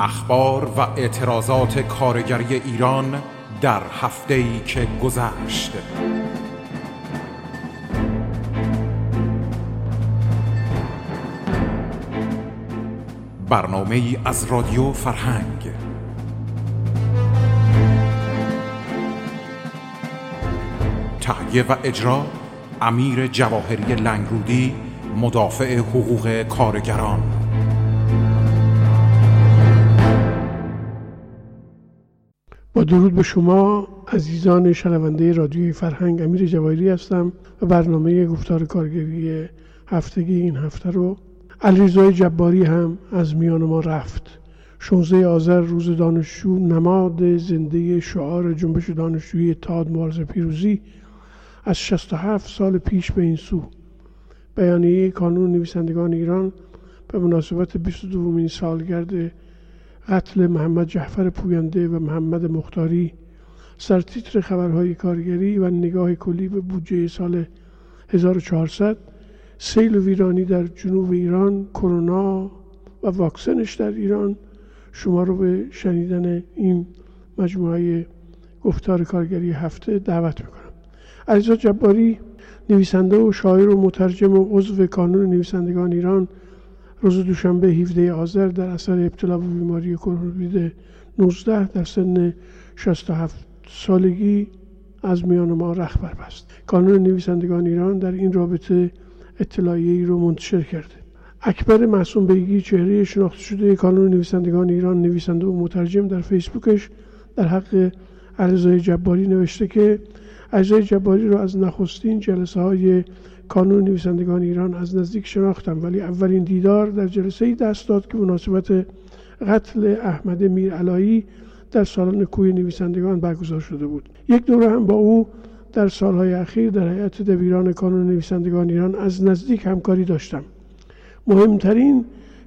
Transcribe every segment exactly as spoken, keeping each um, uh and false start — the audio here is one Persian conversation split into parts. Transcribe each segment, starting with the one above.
اخبار و اعتراضات کارگری ایران در هفته‌ای که گذشت. برنامه‌ای از رادیو فرهنگ. تهیه و اجرا امیر جواهری لنگرودی، مدافع حقوق کارگران. با درود به شما عزیزان شنونده رادیوی فرهنگ، امیر جواهری هستم و برنامه گفتار کارگری هفتگی این هفته رو علیرضا جباری هم از میان ما رفت. شانزده آذر روز دانشجو، نماد زنده شعار جنبش دانشجویی اتحاد مبارزه پیروزی از شصت و هفت سال پیش به این سو. بیانیه کانون نویسندگان ایران به مناسبت بیست و دومین سالگرد قتل محمد جعفر پوینده و محمد مختاری، سرتیتر خبرهای کارگری و نگاه کلی به بودجه سال هزار و چهارصد، سیل و ویرانی در جنوب ایران، کرونا و واکسنش در ایران شما رو به شنیدن این مجموعه گفتار کارگری هفته دعوت میکنم. علیرضا جباری، نویسنده و شاعر و مترجم و عضو کانون نویسندگان ایران، روز دوشنبه هفدهم آذر در اثر ابتلا به بیماری کووید نوزده در سن شصت و هفت سالگی از میان ما رخت بربست. کانون نویسندگان ایران در این رابطه اطلاعیه‌ای رو منتشر کرده. اکبر معصوم بیگی، چهره شناخته شده کانون نویسندگان ایران، نویسنده و مترجم، در فیسبوکش در حق علیرضا جباری نوشته که علیرضا جباری رو از نخستین جلسه های کانون نویسندگان ایران از نزدیک شناختم، ولی اولین دیدار در جلسه‌ای دست داد که مناسبت قتل احمد میرعلایی در سالن کوی نویسندگان برگزار شده بود. یک دوره هم با او در سالهای اخیر در هیئت دبیران کانون نویسندگان ایران از نزدیک همکاری داشتم. مهمترین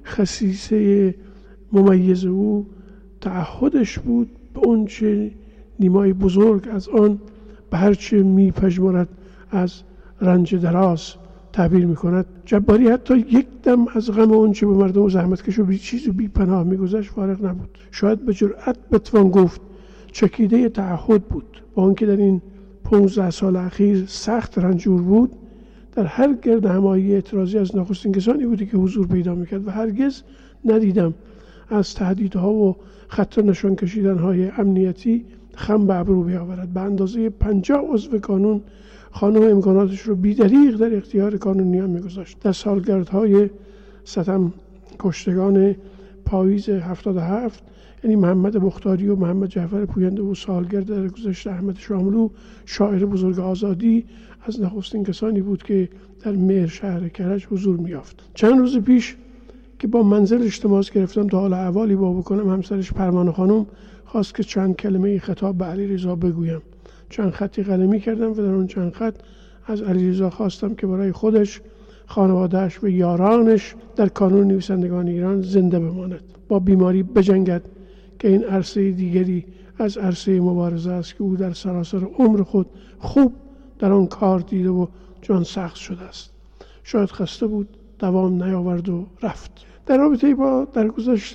خصیصه ممیز او تعهدش بود به اون چه نیمای بزرگ از آن به هرچه می پژمرد از رنج دراز تعبیر می کند. جباری حتی یک دم از غم اون چه به مردم زحمت کش و بی چیز و بی پناه می گذشت فارغ نبود. شاید به جرأت بتوان گفت چکیده تعهد بود. با آنکه در این پانزده سال اخیر سخت رنجور بود، در هر گرد همایی اعتراضی از نخستین کسانی بودی که حضور پیدا میکرد و هرگز ندیدم از تهدیدها و خطر نشان کشیدنهای امنیتی خم به ابرو بیاورد. به اندازه پنجاه عضو کانون خانم امکاناتش رو بی‌دریغ در اختیار کانونیان میگذاشت. در سالگردهای ستم کشتگان پاییز هفتاد و هفت، یعنی محمد مختاری و محمد جعفر پوینده و سالگرد درگذشت احمد شاملو، شاعر بزرگ آزادی، از نخستین کسانی بود که در مهر شهر کرج حضور می‌یافت. چند روز پیش که با منزلش تماس گرفتم تا حال احوالی با بکنم، همسرش پروانه خانم خواست که چند کلمه خطاب به علیرضا بگویم. چند خطی قلمی کردم و در اون چند خط از علیرضا خواستم که برای خودش، خانواده‌اش و یارانش در کانون نویسندگان ایران زنده بماند، با بیماری بجنگد که این عرصه دیگری از عرصه مبارزه است که او در سراسر عمر خود خوب در آن کار دیده و جان سخت شده است. شاید خسته بود، دوام نیاورد و رفت. در رابطه با درگذشت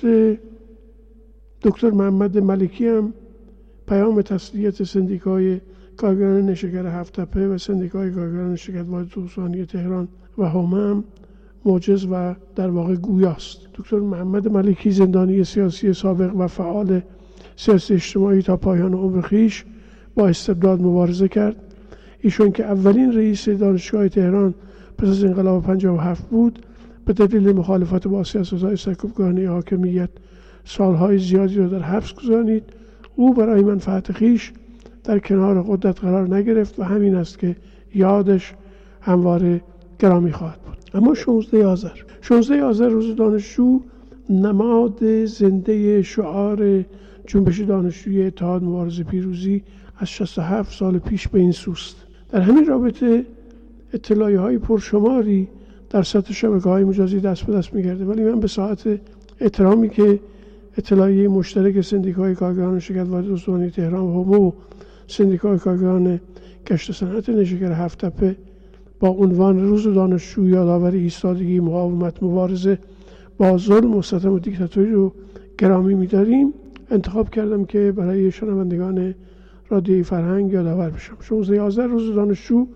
دکتر محمد ملکی هم پیام تسلیت سندیکای کارگران نشگر هفت‌تپه و سندیکای کارگران شرکت واحد اتوبوسرانی تهران و حومه هم معجز و در واقع گویاست. دکتر محمد ملکی، زندانی سیاسی سابق و فعال سیاسی اجتماعی تا پایان عمر خویش، با استبداد مبارزه کرد. ایشون که اولین رئیس دانشگاه تهران پس از انقلاب پنجاه و هفت بود، به دلیل مخالفت با سیاست‌های سرکوبگرانه حاکمیت سالهای زیادی را در حبس گذارید. او برای منفعت خویش در کنار قدرت قرار نگرفت و همین است که یادش همواره گرامی خواهد بود. اما شانزده آذر شانزده آذر روز دانشجو، نماد زنده شعار جنبش دانشجویی اتحاد مبارزه پیروزی از شصت و هفت سال پیش به این سوست. در همین رابطه اطلاعیه‌های پرشماری در سطح شبکه‌های مجازی دست به دست می‌گرده، ولی من به ساعت احترامی که اطلاعیه مشترک سندیکای کارگران شرکت واحد اتوبوسرانی تهران و حومه و سندیکای کارگران گشت صنعت نشگر هفت‌تپه با عنوان روز دانشجو یادآور ایستادگی، مقاومت، مبارزه با ظلم و ستم و دیکتاتوری رو گرامی می‌داریم انتخاب کردم که برای شنوندگان رادیوی فرهنگ یادآور بشم. شانزده آذر روز دانشجو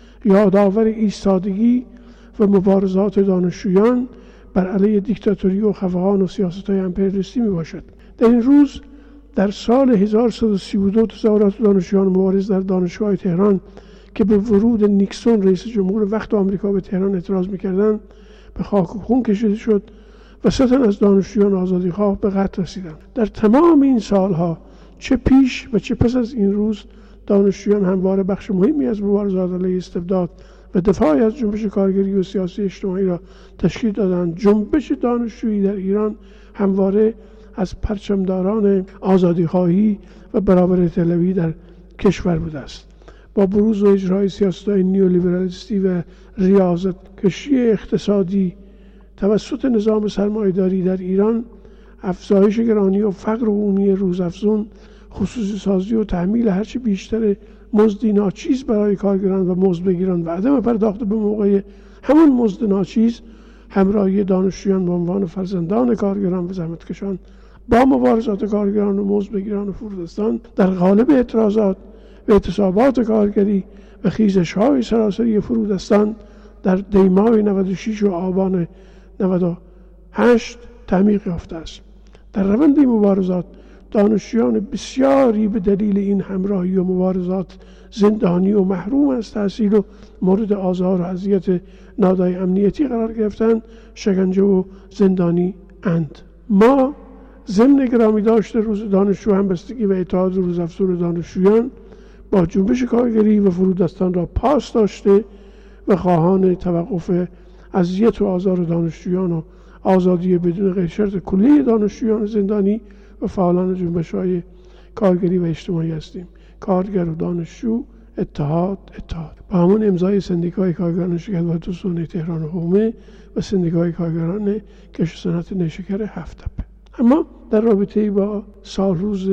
یادآور ایستادگی و مبارزات دانشجویان بر علیه دیکتاتوری و خفقان و سیاست‌های امپریالیستی میباشد. در این روز در سال هزار و سیصد و سی و دو تظاهرات دانشجویان مبارز در دانشگاه تهران که به ورود نیکسون رئیس جمهور وقت آمریکا به تهران اعتراض می‌کردند به خاک و خون کشیده شد و سه تن از دانشجویان آزادیخواه به قتل رسیدند. در تمام این سالها چه پیش و چه پس از این روز دانشجویان همواره بخش مهمی از مبارزات علیه استبداد و دفاعی از جنبش کارگری و سیاسی اجتماعی را تشکیل دادند. جنبش دانشجویی در ایران همواره از پرچمداران آزادیخواهی و برابری طلبی در کشور بوده است. با بروز و اجرای سیاست‌های نیولیبرالیستی و ریاضت کشی اقتصادی توسط نظام سرمایه‌داری در ایران، افزایش گرانی و فقر عمومی روزافزون، خصوصی سازی و تحمیل هرچه بیشتر مزدی ناچیز برای کارگران و مزدبگیران و عدم پرداخت به موقع همون مزد ناچیز، همراهی دانشجویان به عنوان فرزندان کارگران و زحمتکشان با مبارزات کارگران و مزدبگیران و فرودستان در قالب اعتراضات و اعتصابات کارگری و خیزش‌های سراسری فرودستان در دیماه نود و شش و آبان نود و هشت تعمیق یافته است. در روند این مبارزات دانشجویان بسیاری به دلیل این همراهی و مبارزات زندانی و محروم از تحصیل و مورد آزار و اذیت نهادهای امنیتی قرار گرفتند، شکنجه و زندانی اند. ما ضمن گرامی داشته روز دانشجو همبستگی و اتحاد روزافزون دانشجویان با جنبش کارگری و فرودستان را پاس داشته و خواهان توقف اذیت و آزار دانشجویان و آزادی بدون قید شرط کلی دانشجویان زندانی و فعالان جنبش‌های کارگری و اجتماعی هستیم. کارگر و دانشجو اتحاد اتحاد با همون امضای سندیکای کارگران شرکت وحدت صنعتی تهران و حومه و سندیکای کارگران کشت صنعت نیشکر هفت تپه. اما در رابطه با سالروز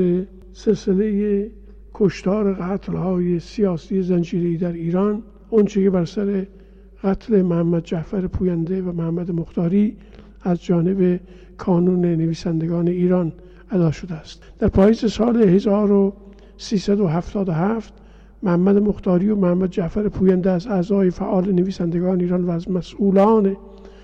سلسله کشتار قتل‌های سیاسی زنجیره‌ای در ایران، اونچه که بر سر قتل محمد جعفر پوینده و محمد مختاری از جانب کانون نویسندگان ایران ادا شده است. در پاییز سال هزار و سیصد و هفتاد و هفت محمد مختاری و محمد جعفر پوینده از اعضای فعال نویسندگان ایران و از مسئولان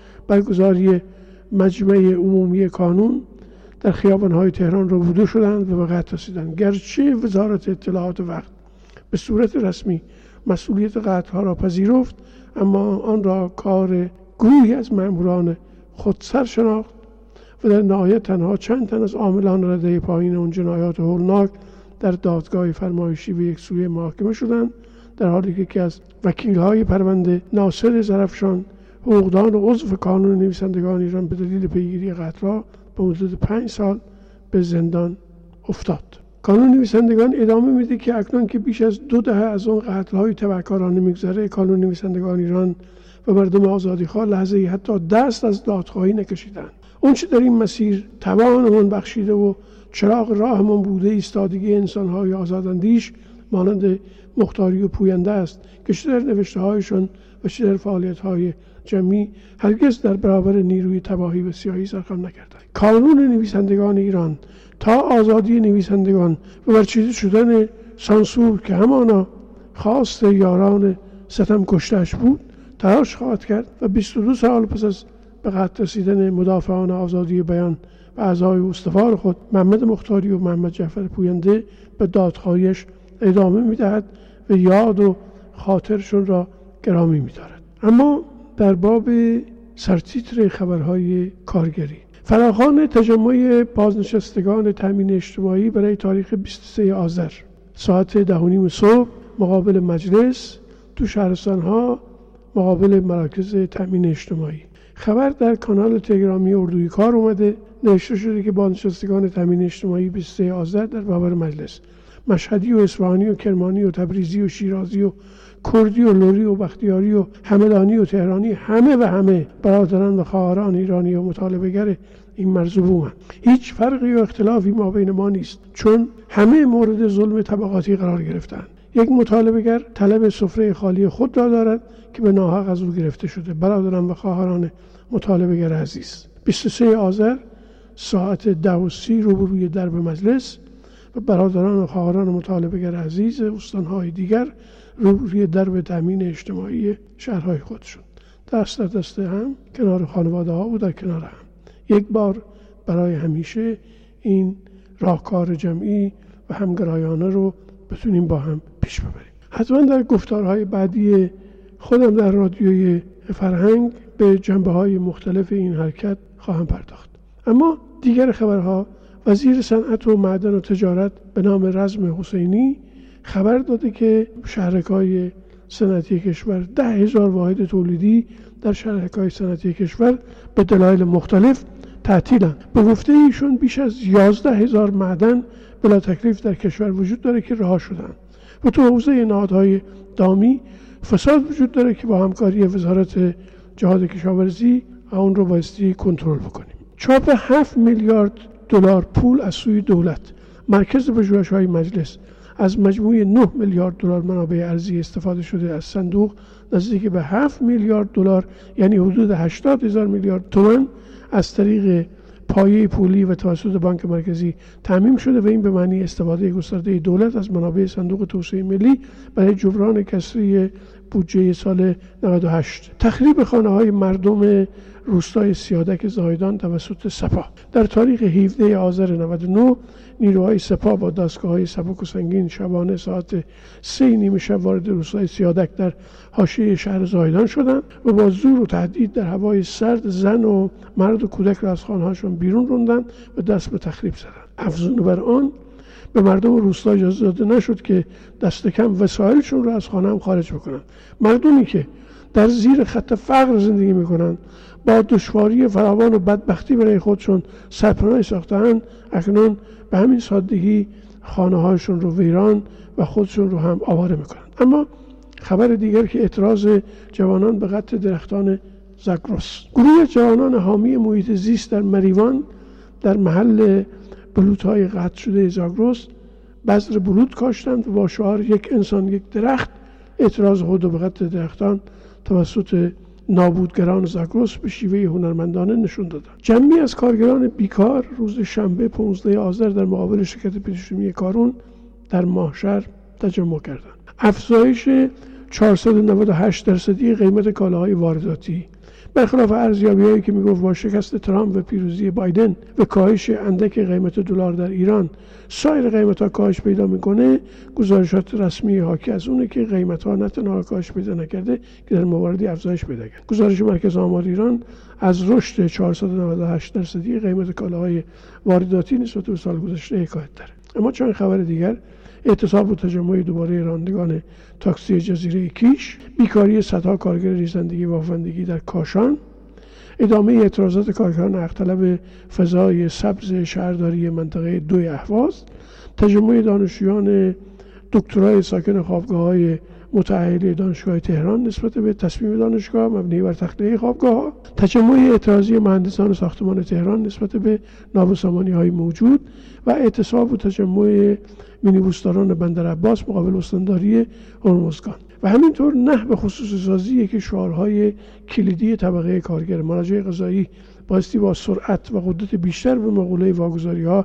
برگزاری مجمع عمومی کانون در خیابان‌های تهران ربوده شدند و به قتل رسیدند. گرچه وزارت اطلاعات وقت به صورت رسمی مسئولیت قتل‌ها را پذیرفت، اما آن را کار گروهی از ماموران خودسر شناخت و در نهایت تنها چند تن از عاملان رده پایین اون جنایات هولناک در دادگاه فرمایشی به یک سویه محاکمه شدند، در حالی که یکی از وکیل‌های پرونده ناصر زرفشان، حقوقدان و عضو کانون نویسندگان ایران، به دلیل پیگیری قتل‌ها به مدت پنج سال به زندان افتاد. کانون نویسندگان ادامه میده که اکنون که بیش از دو دهه از اون قتل‌های تبهکارانه میگذره، کانون نویسندگان ایران و مردم آزادیخواه لحظه‌ای حتی دست از دادخواهی نکشیدند. اون چه در این مسیر توانمون بخشیده و چراغ راهمون بوده ایستادگی انسان‌های آزاداندیش مانند مختاری و پوینده است که چه در نوشته‌هایشان و چه در فعالیت‌های جمعی هرگز در برابر نیروی تباهی و سیاهی سرخم نکردند. کانون نویسندگان ایران تا آزادی نویسندگان و برچیده شدن سانسور که همانا خواست یاران ستم کشته‌اش بود تلاش خواهد کرد و بیست و دو سال پس از به قتل رسیدن مدافعان آزادی بیان و اعضای استوار خود محمد مختاری و محمد جعفر پوینده به دادخواهیش ادامه می‌دهد و یاد و خاطرشون را گرامی می‌دارد. اما در باب سرتیتر خبرهای کارگری، فراخوان تجمع بازنشستگان تامین اجتماعی برای تاریخ بیست و سه آذر ساعت ده و نیم صبح مقابل مجلس تو شهرستان‌ها مقابل مراکز تامین اجتماعی. خبر در کانال تلگرامی اردوی کار اومده، نوشته شده که بازنشستگان تامین اجتماعی بیست و سه آذر در برابر مجلس، مشهدی و اصفهانی و کرمانی و تبریزی و شیرازی و کردی و لری و بختیاری و همدانی و تهرانی، همه و همه برادران و خواهران ایرانی و مطالبه‌گر این مرزبومند. هیچ فرقی و اختلافی ما بین ما نیست، چون همه مورد ظلم طبقاتی قرار گرفتند. یک مطالبه‌گر طلب سفره خالی خود را دارد که به ناحق از او گرفته شده. برادران و خواهران مطالبه‌گر عزیز، بیست و سه آذر ساعت ده و سی روبروی درب مجلس و برادران و خواهران مطالبه‌گر عزیز استان‌های دیگر روبروی درب تامین اجتماعی شهرهای خودشون دست در دست هم کنار خانواده ها و در کنار هم یک بار برای همیشه این راهکار جمعی و همگرایانه رو بتونیم با هم پیش ببریم. حتما در گفتارهای بعدی خودم در رادیوی فرهنگ به جنبه‌های مختلف این حرکت خواهم پرداخت. اما دیگر خبرها، وزیر صنعت و معدن و تجارت به نام رزم حسینی خبر داده که شهرک‌های صنعتی کشور ده هزار واحد تولیدی در شهرک‌های صنعتی کشور به دلایل مختلف تعطیلند. به گفته ایشون بیش از یازده هزار معدن بلا تکلیف در کشور وجود داره که رها شدن و تو حوزه نهادهای دامی فساد وجود داره که با همکاری وزارت جهاد کشاورزی اون رو بایستی کنترل بکنیم. چاپ هفت میلیارد دلار پول از سوی دولت، مرکز پژوهش‌های مجلس از مجموع نه میلیارد دلار منابع ارزی استفاده شده از صندوق نزدیک به هفت میلیارد دلار یعنی حدود هشتاد هزار میلیارد تومان از طریق پایه پولی و توسط بانک مرکزی تامین شده و این به معنی استفاده گسترده دولت از منابع صندوق توسعه ملی برای جبران کسری بودجه سال نود و هشت. تخریب خانه‌های مردم روستای سیادک زاهدان توسط سپاه. در تاریخ هفدهم آذر نود و نه نیروهای سپاه با دستگاه‌های سبک و سنگین شبانه ساعت سه نیمه شب وارد روستای سیادک در حاشیه شهر زاهدان شدند و با زور و تهدید در هوای سرد زن و مرد و کودک را از خانه‌هاشون بیرون راندند و دست به تخریب زدند. افزون بر آن به مردم روستا اجازه داده نشد که دست کم وسایلشون را از خانه هم خارج بکنند. مردمی که در زیر خط فقر زندگی میکنند، با دشواری فراوان و بدبختی برای خودشون سرپناهی ساختند، اکنون به همین سادگی خانه هاشون رو ویران و خودشون رو هم آواره میکنند. اما خبر دیگر که اعتراض جوانان به قطع درختان زاگرس. گروه جوانان حامی محیط زیست در مریوان در محل بلوط‌های قطع شده زاگرس بذر بلوط کاشتند و با شعار یک انسان یک درخت اعتراض خود به قطع درختان توسط نابودگران زاگرس به شیوه هنرمندانه نشون دادند. جمعی از کارگران بیکار روز شنبه پانزدهم آذر در مقابل شرکت پتروشیمی کارون در ماهشهر تجمع کردند. افزایش چهارصد و نود و هشت درصدی قیمت کالاهای وارداتی برخلاف ارزیابی‌هایی که میگفت با شکست ترامپ و پیروزی بایدن و کاهش اندک قیمت دلار در ایران سایر قیمت‌ها کاهش پیدا می‌کنه، گزارشات رسمی حاکی از اونه که قیمت‌ها نه تنها کاهش پیدا نکرده که در مواردی افزایش پیدا کرد. گزارش مرکز آمار ایران از رشد چهارصد و نود و هشت درصدی قیمت کالاهای وارداتی نسبت به سال گذشته حکایت داره. اما چند خبر دیگر: اعتصاب و تجمع دوباره رانندگان تاکسی جزیره کیش، بیکاری صدها کارگر ریزندگی و بافندگی در کاشان، ادامه اعتراضات کارگران حق طلب فضای سبز شهرداری منطقه دوی اهواز، تجمع دانشجویان دکترای ساکن خوابگاه‌های متأهلی دانشگاه تهران نسبت به تصمیم دانشگاه مبنی بر تخلیه خوابگاه‌ها، تجمع اعتراضی مهندسان ساختمان تهران نسبت به نابسامانی‌های موجود و اعتصاب و تجمع مینیبوسداران بندر عباس مقابل استانداری هرمزگان و همینطور نحو خصوصی سازی که شعارهای کلیدی طبقه کارگر. مناجع قضایی بایستی با سرعت و قدرت بیشتر به مقوله واگذاری‌ها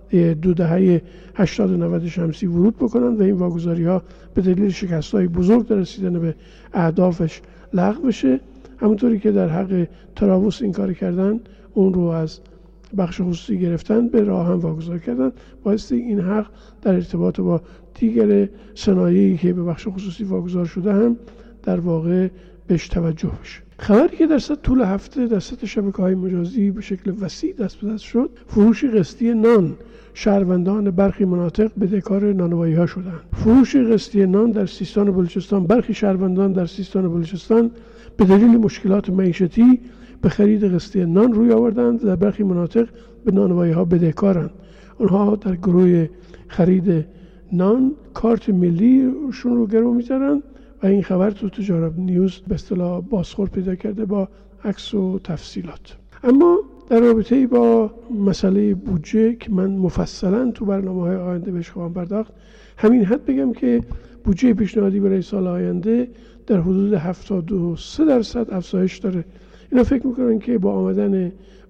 دو دهه هشتاد و نود شمسی ورود بکنند و این واگذاری‌ها به دلیل شکست‌های بزرگ در رسیدن به اهدافش لغو بشه. همونطوری که در حق تراوس این کار کردن، اون رو از بخش خصوصی گرفتن به راه هم واگذار کردن، بایستی این حق در ارتباط با دیگر صنایعی که به بخش خصوصی واگذار شده هم در واقع بهش توجه بشه. خبری که در سطح طول هفته در سطح شبکه‌های مجازی به شکل وسیع دست به دست شد، فروش قسطی نان. شهروندان برخی مناطق بدهکار نانوایی‌ها شدند. فروش قسطی نان در سیستان و بلوچستان. برخی شهروندان در سیستان و بلوچستان به دلیل مشکلات معیشتی به خرید قسطی نان روی آوردند و در برخی مناطق به نانوایی‌ها بدهکارند. آنها در گروه خرید نان کارت ملیشون رو گرو می‌ذارن و این خبر تو تجارت نیوز به اصطلاح بازخورد پیدا کرده با عکس و تفصیلات. اما در رابطه با مسئله بودجه که من مفصلا تو برنامه‌های آینده بهش خواهم پرداخت، همین حد بگم که بودجه پیشنهادی برای سال آینده در حدود هفتاد و سه درصد افزایش داره. اینا فکر میکنن که با آمدن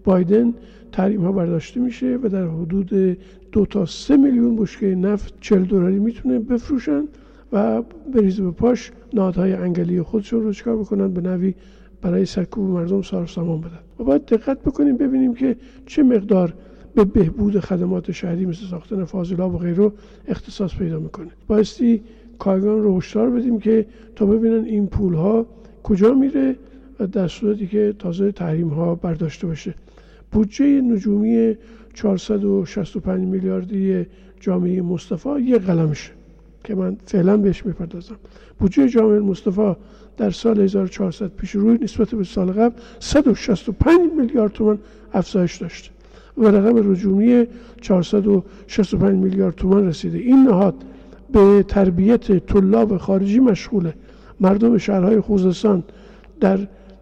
بایدن تحریم ها برداشته میشه و در حدود دو تا سه میلیون بشکه نفت چهل دلاری میتونه بفروشن و بریز به پاش نهادهای انگلی خودشون رو چکار بکنن، به نوی برای سرکوب مردم سار سامان بدن. و باید دقت بکنیم ببینیم که چه مقدار به بهبود خدمات شهری مثل ساختن فاضلاب و غیره اختصاص پیدا میکنه. بایستی کارگران رو هشدار بدیم که تا ببینن این پول ها کجا میره و در صورتی که تازه تحریم ها برداشته باشه. بودجه نجومی چهارصد و شصت و پنج میلیاردی جامعه مصطفی یک قلمشه که من فعلا بهش میپردازم. بودجه جامعه مصطفی در سال هزار و چهارصد پیش روی نسبت به سال قبل صد و شصت و پنج میلیارد تومان افزایش داشته و رقم نجومی چهارصد و شصت و پنج میلیارد تومان رسیده. این نهاد به تربیت طلاب خارجی مشغوله. مردم شهرهای خوزستان در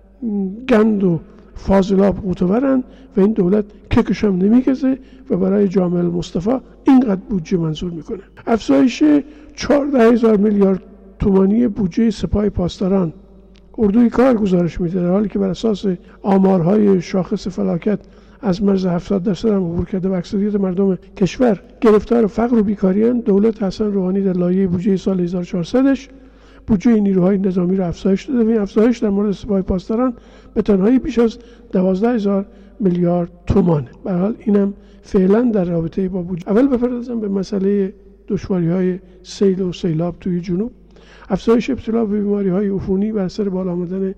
گند و فاضلاب قوتورن و این دولت ککش هم نمیگزه و برای جامعه مصطفی اینقدر بودجه منظور میکنه. افزایش چهارده هزار میلیارد تومانی بودجه سپاه پاسداران اردوی کار گزارش میده، در حالی که بر اساس آمارهای شاخص فلاکت از مرز هفتاد درصد هم عبور کرده و اکثریت مردم کشور گرفتار فقر و بیکاری اند. دولت حسن روحانی در لایحه بودجه سال هزار و چهارصدش بودجه نیروهای نظامی را افزایش داده و این افزایش در مورد سپاه پاسداران به تنهایی بیش از دوازده هزار میلیارد تومانه. به هر حال اینم فعلا در رابطه با بودجه. اول بپردازم به مسئله دشواری‌های سیل و سیلاب توی جنوب. افزایش ابتلا به بیماری‌های عفونی بر اثر بالا آمدن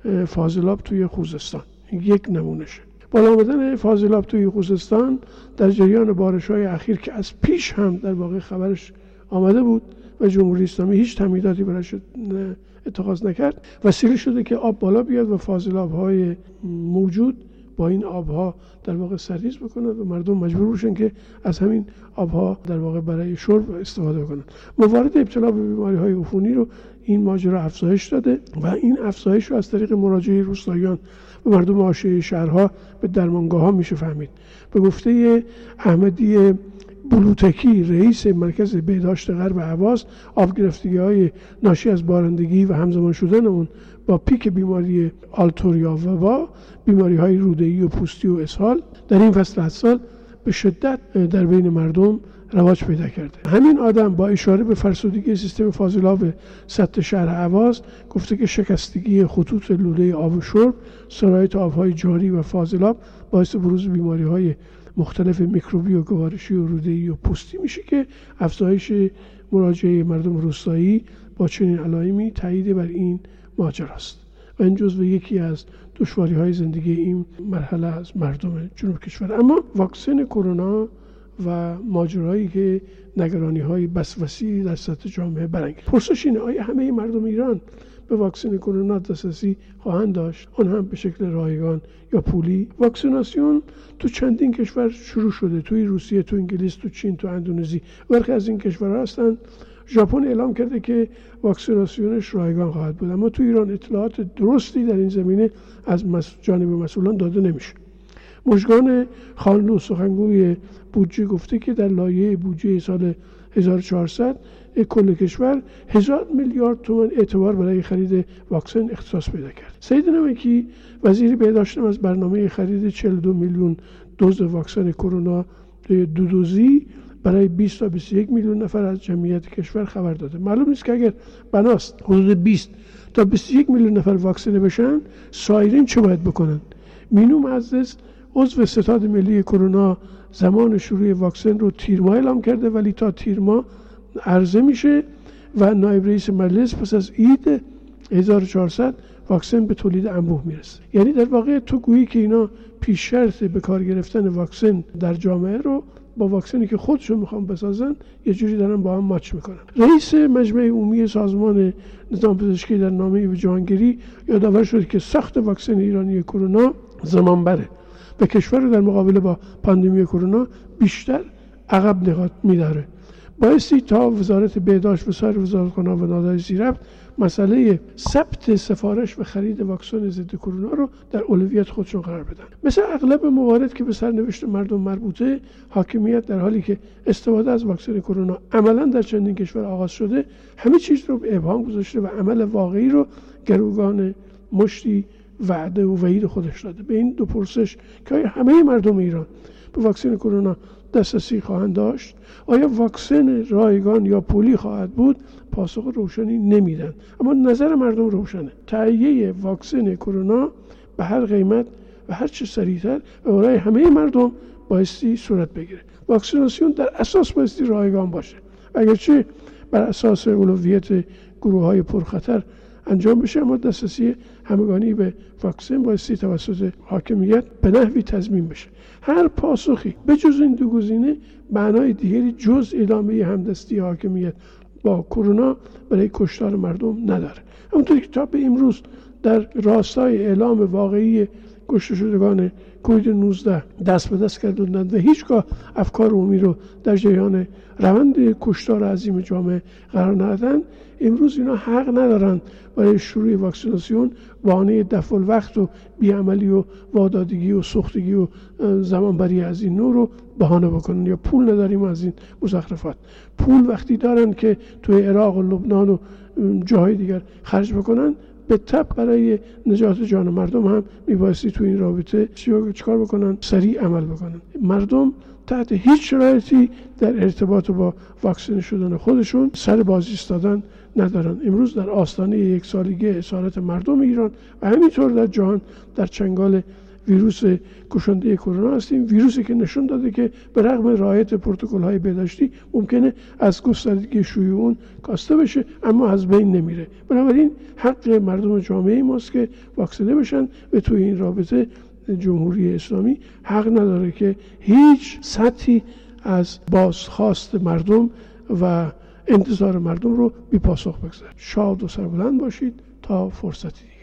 فاضلاب توی خوزستان یک نمونهشه. بالا آمدن فاضلاب توی خوزستان در جریان بارش‌های اخیر که از پیش هم در واقع خبرش آمده بود و جمهوری اسلامی هیچ تمهیداتی برایش اتخاذ نکرد، وسیله شده که آب بالا بیاد و فاضلاب‌های موجود با این آبها در واقع سرریز بکنند و مردم مجبور بشن که از همین آبها در واقع برای شرب استفاده بکنند. موارد ابتلا به بیماری‌های عفونی رو این ماجرا افزایش داده و این افزایش رو از طریق مراجعه روستاییان و مردم حاشیه شهرها به درمانگاه‌ها میشه فهمید. به گفته احمدی بلوتکی رئیس مرکز بهداشت غرب اهواز، آبگرفتگی‌های ناشی از بارندگی و همزمان شدن اون با پیک بیماری آلتوریا و با بیماری‌های روده‌ای و پوستی و اسهال در این فصل از سال به شدت در بین مردم رواج پیدا کرده. همین آدم با اشاره به فرسودگی سیستم فاضلاب سطح شهر اهواز گفته که شکستگی خطوط لوله آب و شرب، سرایت آب‌های جاری و فاضلاب باعث بروز بیماری‌های مختلف میکروبی و گوارشی و روده‌ای و پوستی میشه که افزایش مراجعه مردم روستایی با چنین علائمی تایید بر این ماجراست و این جزو یکی از دشواری‌های زندگی این مرحله از مردم جنوب کشور. اما واکسن کرونا و ماجرایی که نگرانی‌های بس وسیعی در سطح جامعه برانگیخت. پرسش اینه آیا همه مردم ایران به واکسن کرونا دسترسی خواهند داشت، آن هم به شکل رایگان یا پولی؟ واکسیناسیون تو چندین کشور شروع شده، توی روسیه، تو انگلیس، تو چین، تو اندونزی. برخی از این کشورها هستن. ژاپن اعلام کرده که واکسیناسیونش رایگان خواهد بود، اما تو ایران اطلاعات درستی در این زمینه از جانب مسئولان داده نمیشه. مژگان خانلو سخنگوی بودجه گفته که در لایحه بودجه سال هزار و چهارصد کل کشور هزار میلیارد تومان اعتبار برای خرید واکسن اختصاص پیدا کرد. سید نمکی وزیر بهداشت از برنامه خرید چهل و دو میلیون دوز واکسن کرونا دو دوزی برای بیست تا بیست و یک میلیون نفر از جمعیت کشور خبر داده. معلوم نیست که اگر بناست حدود بیست تا بیست و یک میلیون نفر واکسینه بشن، سایرین چه باید بکنن؟ مینو معزز عضو ستاد ملی کرونا زمان شروع واکسن رو تیر ماه اعلام کرده، ولی تا تیر ماه عرضه میشه و نایب رئیس مجلس پس از عید هزار و چهارصد واکسن به تولید انبوه میرسه. یعنی در واقع تو گویی که اینا پیش شرط به کار گرفتن واکسن در جامعه رو با واکسنی که خودشون میخوان بسازن یه جوری دارن با هم ماچ میکنن. رئیس مجمع عمومی سازمان نظام پزشکی در نامه به جهانگیری یادآور شد که ساخت واکسن ایرانی کرونا زمان بره و کشور رو در مقابله با پاندمی کرونا بیشتر عقب نگاه می‌داره. بایستی تا وزارت بهداشت و سایر وزارتخانه‌ها و نهادهای زیرربط مسئله ثبت سفارش و خرید واکسن ضد کرونا رو در اولویت خودشون قرار بدن. مثل اغلب موارد که به سرنوشت مردم مربوطه، حاکمیت در حالی که استفاده از واکسن کرونا عملاً در چندین کشور آغاز شده، همه چیز رو به ابهام گذاشته و عمل واقعی رو گروگان مشتی وعده و وعید خودش داده. به این دو پرسش که آیا همه مردم ایران به واکسن کرونا دسترسی خواهند داشت، آیا واکسن رایگان یا پولی خواهد بود، پاسخ روشنی نمیدن. اما نظر مردم روشنه. تهیه واکسن کرونا به هر قیمت و هر چه سریعتر و برای همه مردم بایستی صورت بگیره. واکسیناسیون در اساس بایستی رایگان باشه، اگرچه بر اساس اولویت گروه‌های پرخطر انجام بشه، اما دسترسی همگانی به واکسن بایستی توسط حاکمیت به نحوی تضمین بشه. هر پاسخی به جز این دو گزینه معنای دیگری جز ادامه همدستی حاکمیت با کرونا برای کشتار مردم نداره. همونطوری که تا به امروز در راستای اعلام واقعی کشته شدگان کووید نوزده دست به دست کردند و هیچگاه افکار عمومی رو در جریان روند کشتار عظیم جامعه قرار ندادن، امروز اینا حق ندارن برای شروع واکسیناسیون بهانه دفع الوقت و بیعملی و وادادگی و سوختگی و زمانبری از این نوع رو بهانه بکنن یا پول نداریم از این مزخرفات. پول وقتی دارن که توی عراق و لبنان و جاهای دیگر خرج بکنن، به تبع برای نجات جان مردم هم میبایستی تو این رابطه چیکار بکنن؟ سریع عمل بکنن. مردم تحت هیچ شرایطی در ارتباط با واکسینه شدن خودشون سر باز ایستادن ندارن. امروز در آستانه یک سالگی اسارت مردم ایران و همینطور در جهان در چنگال ویروس کشنده کرونا هستیم، ویروسی که نشون داده که به رغم رعایت پروتکل‌های بهداشتی ممکنه از گستردگی شیوع اون کاسته بشه اما از بین نمیره. بنابراین حق مردم جامعه ماست که واکسینه بشن و توی این رابطه جمهوری اسلامی حق نداره که هیچ سطحی از بازخواست مردم و انتظار مردم رو بی پاسخ بگذاره. شاد و سربلند باشید تا فرصتی.